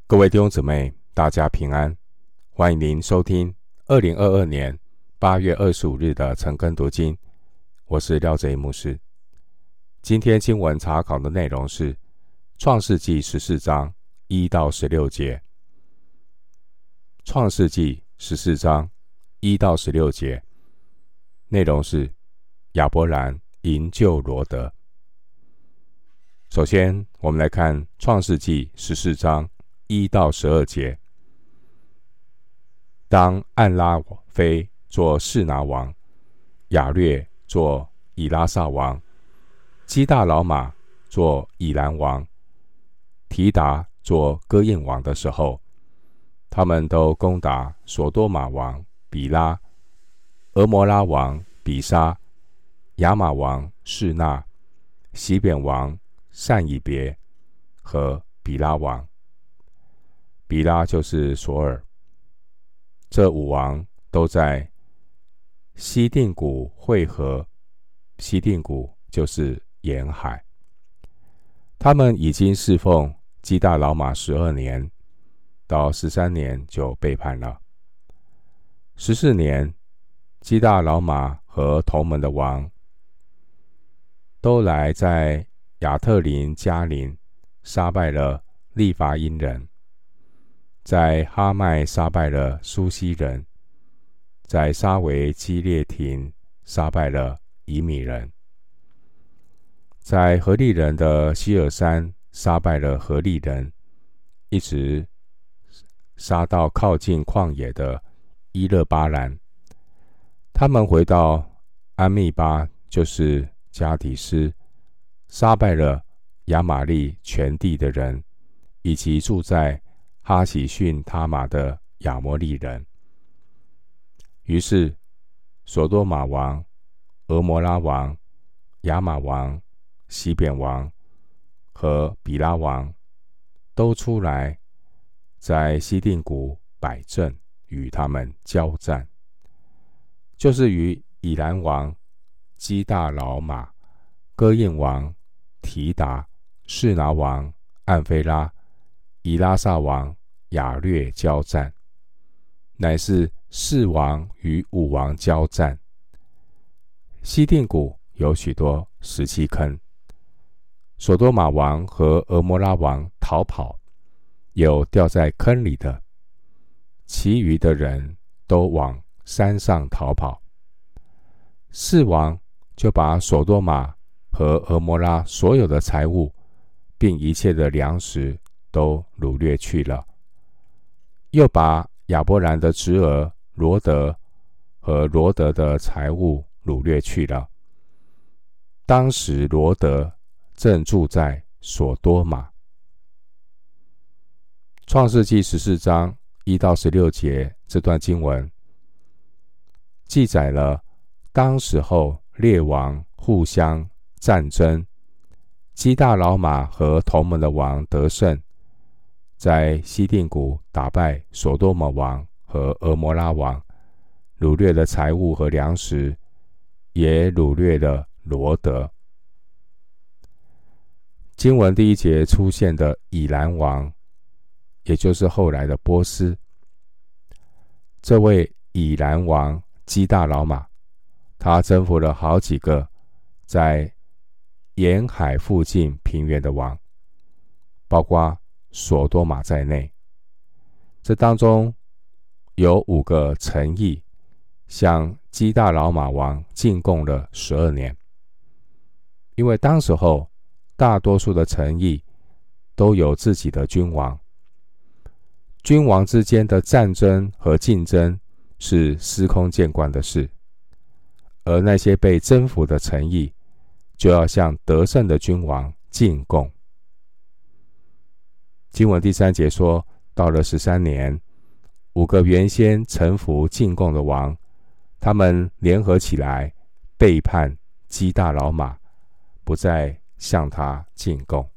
各位弟兄姊妹，大家平安，欢迎您收听2022年8月25日的晨更读经。我是廖哲一牧师。今天经文查考的内容是创世纪14章1到16节。创世纪14章1到16节，内容是亚伯兰营救罗德。首先，我们来看创世纪14章1到12节。当暗拉非做示拿王，亚略做以拉撒王，基大老马做以兰王，提达做哥印王的时候，他们都攻打所多玛王比拉、俄摩拉王比沙、亚玛王示那、西扁王善以别和比拉王。比拉就是索尔。这五王都在西定谷会合，西定谷就是沿海。他们已经侍奉基大老马12年，到13年就背叛了。14年，基大老马和同门的王都来在亚特林加林杀败了利乏因人，在哈麦杀败了苏西人，在沙维基列亭杀败了以米人，在何利人的希尔山杀败了何利人，一直杀到靠近旷野的伊勒巴兰。他们回到安密巴，就是加底斯，杀败了亚玛利全地的人，以及住在哈喜逊他玛的亚摩利人。于是所多玛王、俄摩拉王、亚玛王、西扁王和比拉王都出来，在西定谷摆阵，与他们交战，就是与以兰王、基大老马、哥印王、提达、示拿王、暗菲拉、以拉撒王、亚略交战，乃是4王与5王交战。西定谷有许多石砌坑，所多玛王和俄摩拉王逃跑，有掉在坑里的，其余的人都往山上逃跑。4王就把所多玛和俄摩拉所有的财物并一切的粮食都掳掠去了，又把亚伯兰的侄儿罗德和罗德的财物掳掠去了。当时罗德正住在所多玛。创世纪14章1到16节这段经文记载了当时候列王互相战争，基大老马和同门的王得胜，在西定谷打败所多玛王和俄摩拉王，掳掠了财物和粮食，也掳掠了罗德。经文第1节出现的以兰王，也就是后来的波斯。这位以兰王基大老马，他征服了好几个在沿海附近平原的王，包括所多玛在内。这当中有5个城邑向基大老马王进贡了12年。因为当时候大多数的城邑都有自己的君王，君王之间的战争和竞争是司空见惯的事，而那些被征服的城邑就要向得胜的君王进贡。经文第3节说，到了13年，5个原先臣服进贡的王，他们联合起来背叛基大老马，不再向他进贡。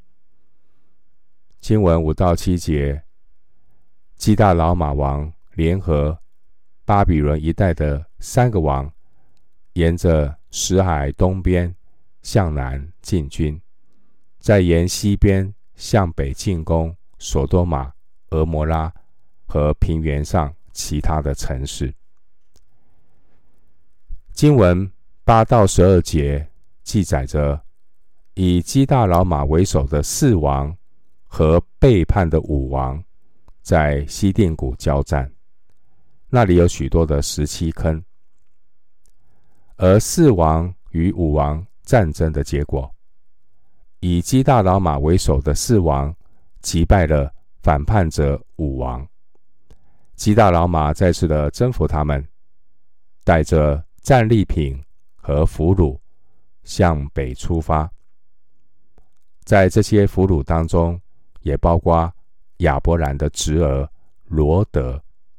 经文5到7节，基大老马王联合巴比伦一带的3个王，沿着死海东边向南进军，再沿西边向北进攻所多玛俄摩拉和平原上其他的城市。经文8到12节记载着以基大老玛为首的4王和背叛的5王在西甸谷交战，那里有许多的石漆坑。而4王与5王战争的结果，以基大老玛为首的4王击败了反叛者5王，基大老玛再次的征服他们，带着战利品和俘虏向北出发。在这些俘虏当中，也包括亚伯兰的侄儿罗德。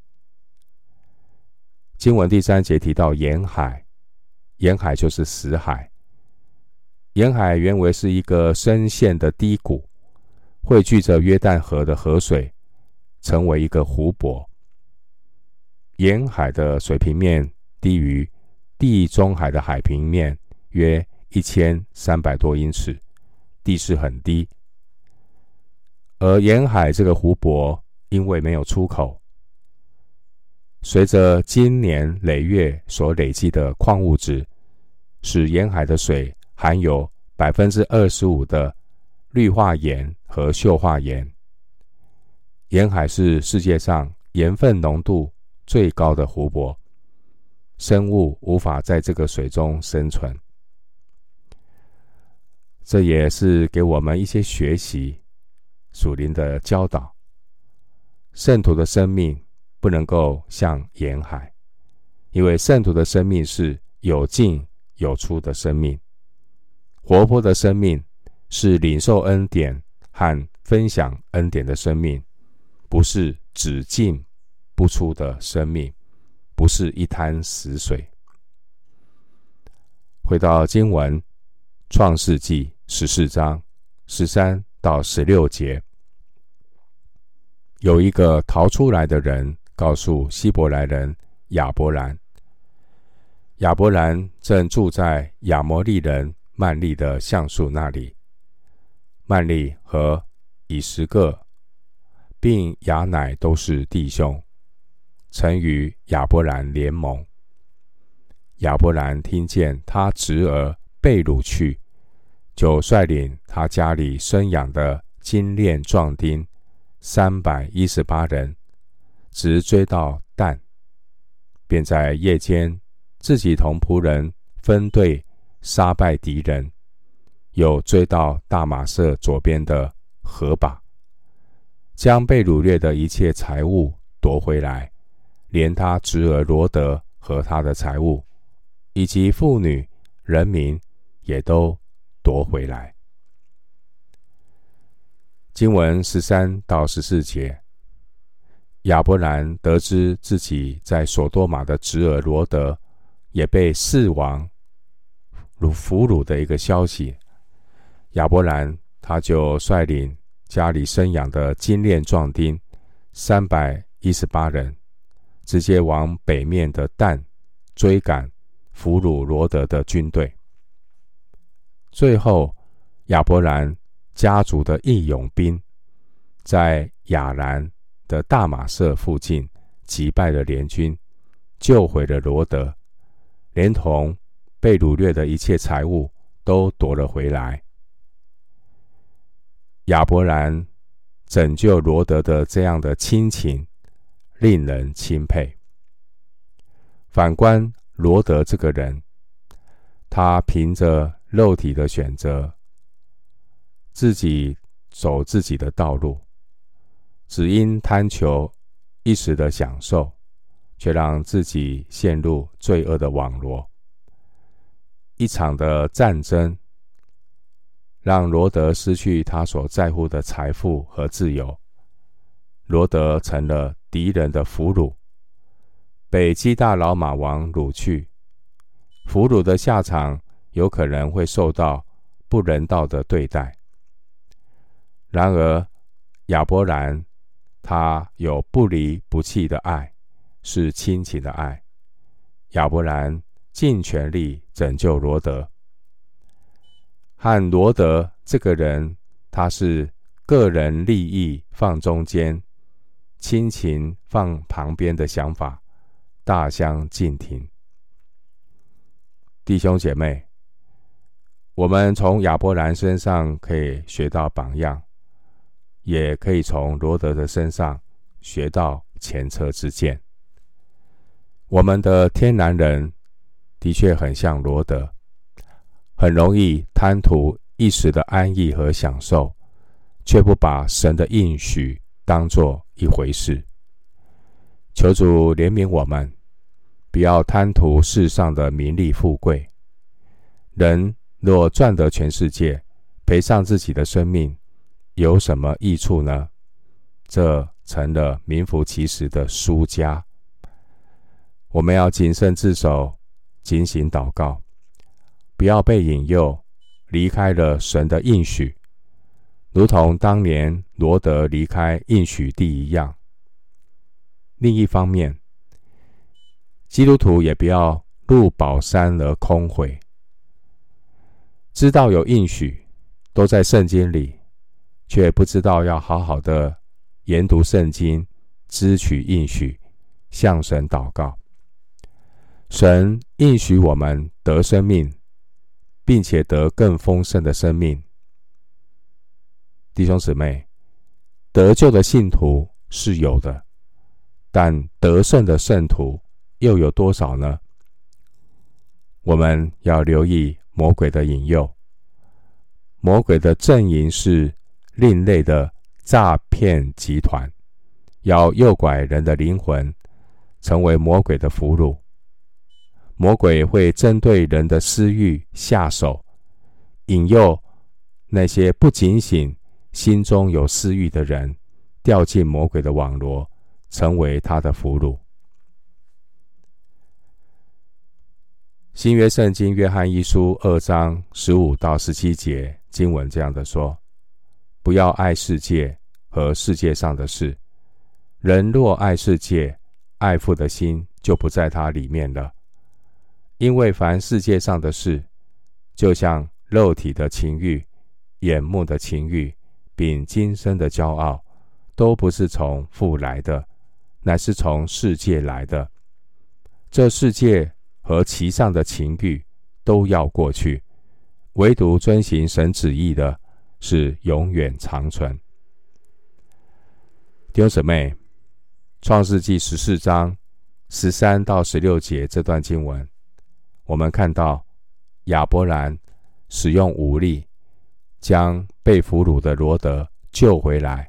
经文第3节提到沿海，沿海就是死海。沿海原为是一个深陷的低谷，汇聚着约旦河的河水，成为一个湖泊。沿海的水平面低于地中海的海平面约1300多英尺，地势很低。而沿海这个湖泊因为没有出口，随着经年累月所累积的矿物质，使沿海的水含有 25% 的氯化盐和溴化盐。沿海是世界上盐分浓度最高的湖泊，生物无法在这个水中生存。这也是给我们一些学习属灵的教导。圣徒的生命不能够像沿海，因为圣徒的生命是有进有出的生命。活泼的生命是领受恩典和分享恩典的生命，不是只进不出的生命，不是一滩死水。回到经文，创世纪14章13到16节，有一个逃出来的人告诉希伯来人亚伯兰，亚伯兰正住在亚摩利人曼利的橡树那里。曼利和以实各并亚乃都是弟兄，曾与亚伯兰联盟。亚伯兰听见他侄儿被掳去，就率领他家里生养的精练壮丁318人，直追到但，便在夜间自己同仆人分队杀败敌人，又追到大马色左边的河把，将被掳掠的一切财物夺回来，连他侄儿罗德和他的财物，以及妇女人民也都夺回来。经文13到14节，亚伯兰得知自己在所多玛的侄儿罗德也被4王俘虏的一个消息，亚伯兰他就率领家里生养的精练壮丁318人，直接往北面的但追赶俘虏罗德的军队。最后亚伯兰家族的义勇兵在亚兰的大马色附近击败了联军，救回了罗德，连同被掳掠的一切财物都夺了回来。亚伯兰拯救罗德的这样的亲情令人钦佩。反观罗德这个人，他凭着肉体的选择，自己走自己的道路，只因贪求一时的享受，却让自己陷入罪恶的网罗。一场的战争让罗德失去他所在乎的财富和自由，罗德成了敌人的俘虏，被基大老玛王掳去。俘虏的下场有可能会受到不人道的对待。然而亚伯兰他有不离不弃的爱，是亲情的爱。亚伯兰尽全力拯救罗德。和罗德这个人，他是个人利益放中间， 亲情放旁边的想法大相径庭。弟兄姐妹，我们从亚伯兰身上可以学到榜样，也可以从罗得的身上学到前车之鉴。我们的天然人的确很像罗得，很容易贪图一时的安逸和享受，却不把神的应许当作一回事。求主怜悯我们，不要贪图世上的名利富贵。人若赚得全世界，赔上自己的生命，有什么益处呢？这成了名副其实的输家。我们要谨慎自守，警醒祷告，不要被引诱离开了神的应许，如同当年罗得离开应许地一样。另一方面，基督徒也不要入宝山而空回，知道有应许都在圣经里，却不知道要好好的研读圣经，支取应许，向神祷告。神应许我们得生命，并且得更丰盛的生命。弟兄姊妹，得救的信徒是有的，但得胜的圣徒又有多少呢？我们要留意魔鬼的引诱。魔鬼的阵营是另类的诈骗集团，要诱拐人的灵魂，成为魔鬼的俘虏。魔鬼会针对人的私欲下手，引诱那些不警醒、心中有私欲的人，掉进魔鬼的网罗，成为他的俘虏。新约圣经约翰一书2章15到17节经文这样的说：不要爱世界和世界上的事，人若爱世界，爱父的心就不在他里面了。因为凡世界上的事，就像肉体的情欲、眼目的情欲，并今生的骄傲，都不是从父来的，乃是从世界来的。这世界和其上的情欲都要过去，唯独遵行神旨意的是永远长存。弟兄姊妹，创世纪14章13到16节这段经文，我们看到亚伯兰使用武力将被俘虏的罗得救回来。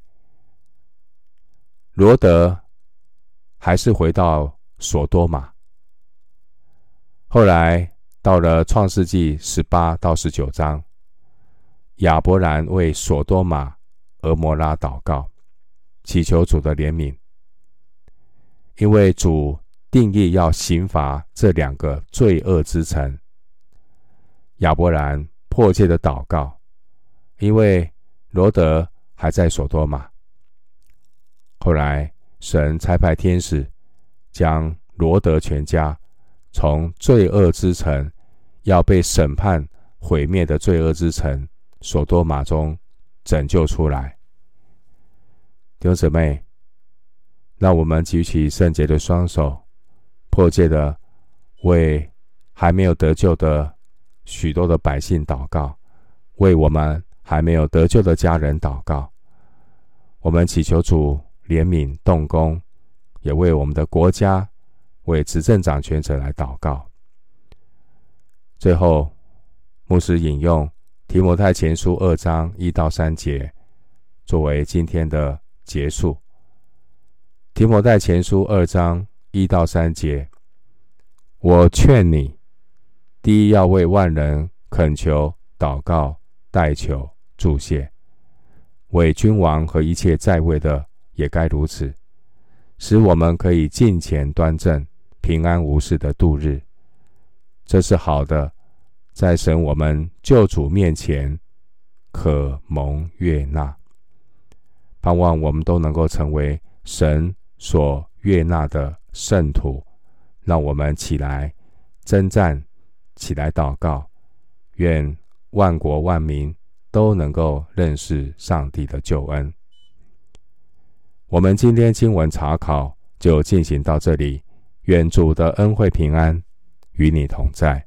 罗得还是回到所多玛。后来到了创世纪18到19章，亚伯兰为所多玛、俄摩拉祷告，祈求主的怜悯，因为主定义要刑罚这两个罪恶之城。亚伯兰迫切的祷告，因为罗得还在所多玛。后来神差派天使将罗得全家从罪恶之城要被审判毁灭的罪恶之城所多玛中拯救出来。弟兄姊妹，让我们举起圣洁的双手，迫切的为还没有得救的许多的百姓祷告，为我们还没有得救的家人祷告。我们祈求主怜悯动工，也为我们的国家、为执政掌权者来祷告。最后，牧师引用提摩太前书2章1到3节作为今天的结束。提摩太前书2章1到3节，我劝你，第一要为万人恳求、祷告、代求、祝谢，为君王和一切在位的也该如此，使我们可以敬虔端正、平安无事的度日。这是好的，在神我们救主面前可蒙悦纳。盼望我们都能够成为神所悦纳的圣徒。让我们起来征战，起来祷告，愿万国万民都能够认识上帝的救恩。 我们今天经文查考就进行到这里，愿主的恩惠平安与你同在。